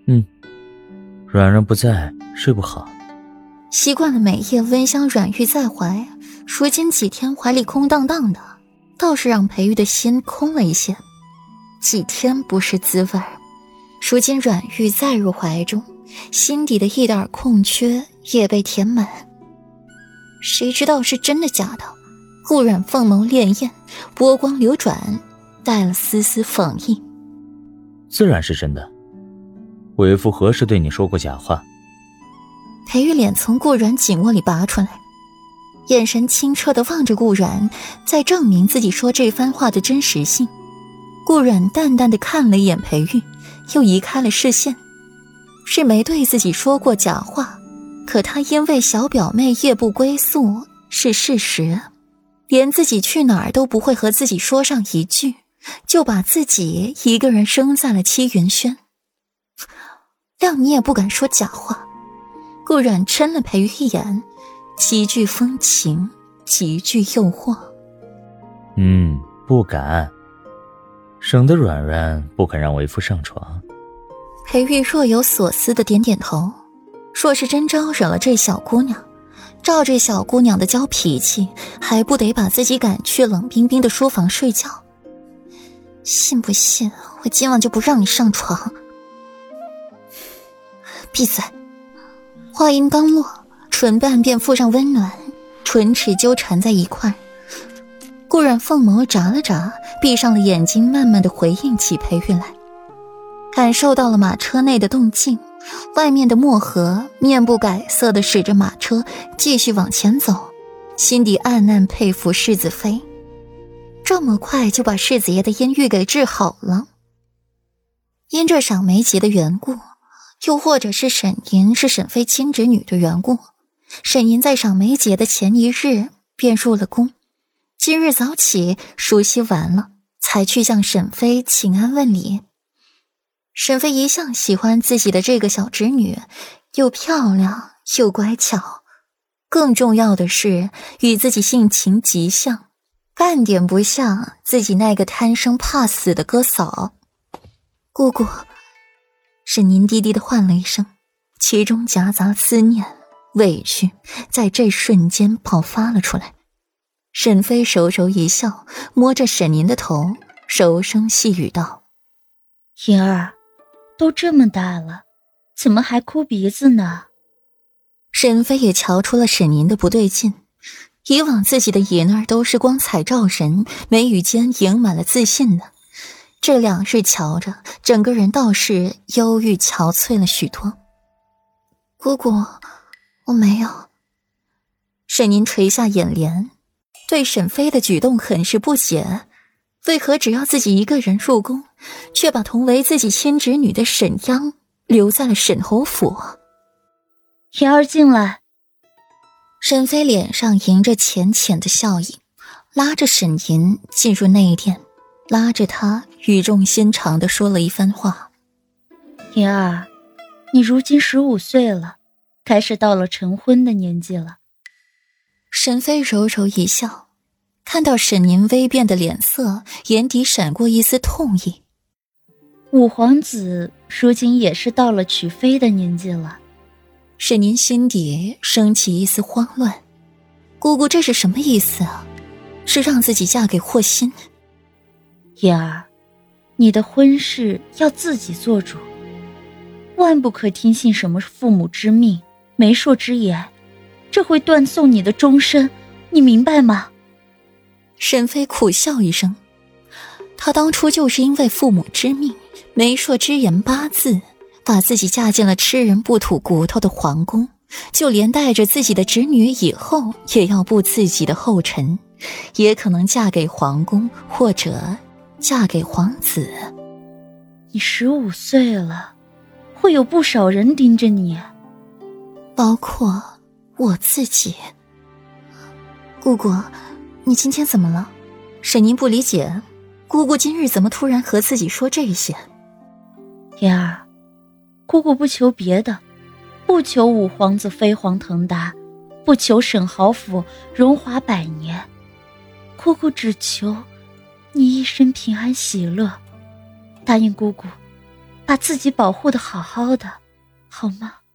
软软不在，睡不好。 习惯了每夜温香软玉在怀，如今几天怀里空荡荡的，倒是让裴玉的心空了一些。几天不是滋味儿，如今软玉再入怀中，心底的一点空缺也被填满。谁知道是真的假的？顾软凤眸潋滟，波光流转，带了丝丝讽意。 自然是真的。为父何时对你说过假话？ 裴玉脸从顾软紧握里拔出来，眼神清澈地望着顾软，在证明自己说这番话的真实性。顾软淡淡地看了一眼裴玉，又移开了视线。是没对自己说过假话，可他因为小表妹夜不归宿是事实，连自己去哪儿都不会和自己说上一句，就把自己一个人扔在了七云轩。谅你也不敢说假话。顾软嗔了裴玉一眼，极具风情，极具诱惑。 不敢，省得软软不肯让为父上床。 裴玉若有所思的点点头，若是真招惹了这小姑娘，照这小姑娘的娇脾气，还不得把自己赶去冷冰冰的书房睡觉？信不信我今晚就不让你上床？闭嘴！话音刚落，唇瓣便附上温暖，唇齿纠缠在一块。顾软凤眸眨了眨，闭上了眼睛，慢慢地回应起裴玉来。感受到了马车内的动静，外面的墨荷面不改色地驶着马车继续往前走，心底暗暗佩服世子妃，这么快就把世子爷的阴郁给治好了。因这赏梅节的缘故，又或者是沈吟是沈妃亲侄女的缘故，沈吟在赏梅节的前一日便入了宫，今日早起梳洗完了，才去向沈妃请安问礼。沈妃一向喜欢自己的这个小侄女，又漂亮又乖巧，更重要的是与自己性情极像，半点不像自己那个贪生怕死的哥嫂。姑姑，沈吟低低地唤了一声，其中夹杂思念、委屈，在这瞬间爆发了出来。沈妃柔柔一笑，摸着沈吟的头，柔声细语道： 莹儿，都这么大了，怎么还哭鼻子呢？ 沈妃也瞧出了沈吟的不对劲，以往自己的银儿都是光彩照人，眉宇间盈满了自信的，这两日瞧着，整个人倒是忧郁憔悴了许多。姑姑，我没有。沈吟垂下眼帘，对沈妃的举动很是不解，为何只要自己一个人入宫，却把同为自己亲侄女的沈央留在了沈侯府？ 莹儿进来。 沈妃脸上迎着浅浅的笑意，拉着沈吟进入内殿，拉着他语重心长地说了一番话。 莹儿，你如今15岁了，该是到了成婚的年纪了。 沈妃柔柔一笑，看到沈吟微变的脸色，眼底闪过一丝痛意。 五皇子如今也是到了娶妃的年纪了。 沈吟心底升起一丝慌乱，姑姑这是什么意思啊？是让自己嫁给霍心？ 妍儿，你的婚事要自己做主，万不可听信什么父母之命、媒妁之言，这会断送你的终身，你明白吗？ 沈妃苦笑一声，她当初就是因为父母之命、媒妁之言8字，把自己嫁进了吃人不吐骨头的皇宫，就连带着自己的侄女以后也要步自己的后尘，也可能嫁给皇宫，或者嫁给皇子。 你15岁了，会有不少人盯着你， 包括我自己。姑姑，你今天怎么了？沈宁不理解，姑姑今日怎么突然和自己说这些？ 妍儿，姑姑不求别的，不求五皇子飞黄腾达，不求沈侯府荣华百年，姑姑只求你一生平安喜乐。答应姑姑， 把自己保护得好好的，好吗？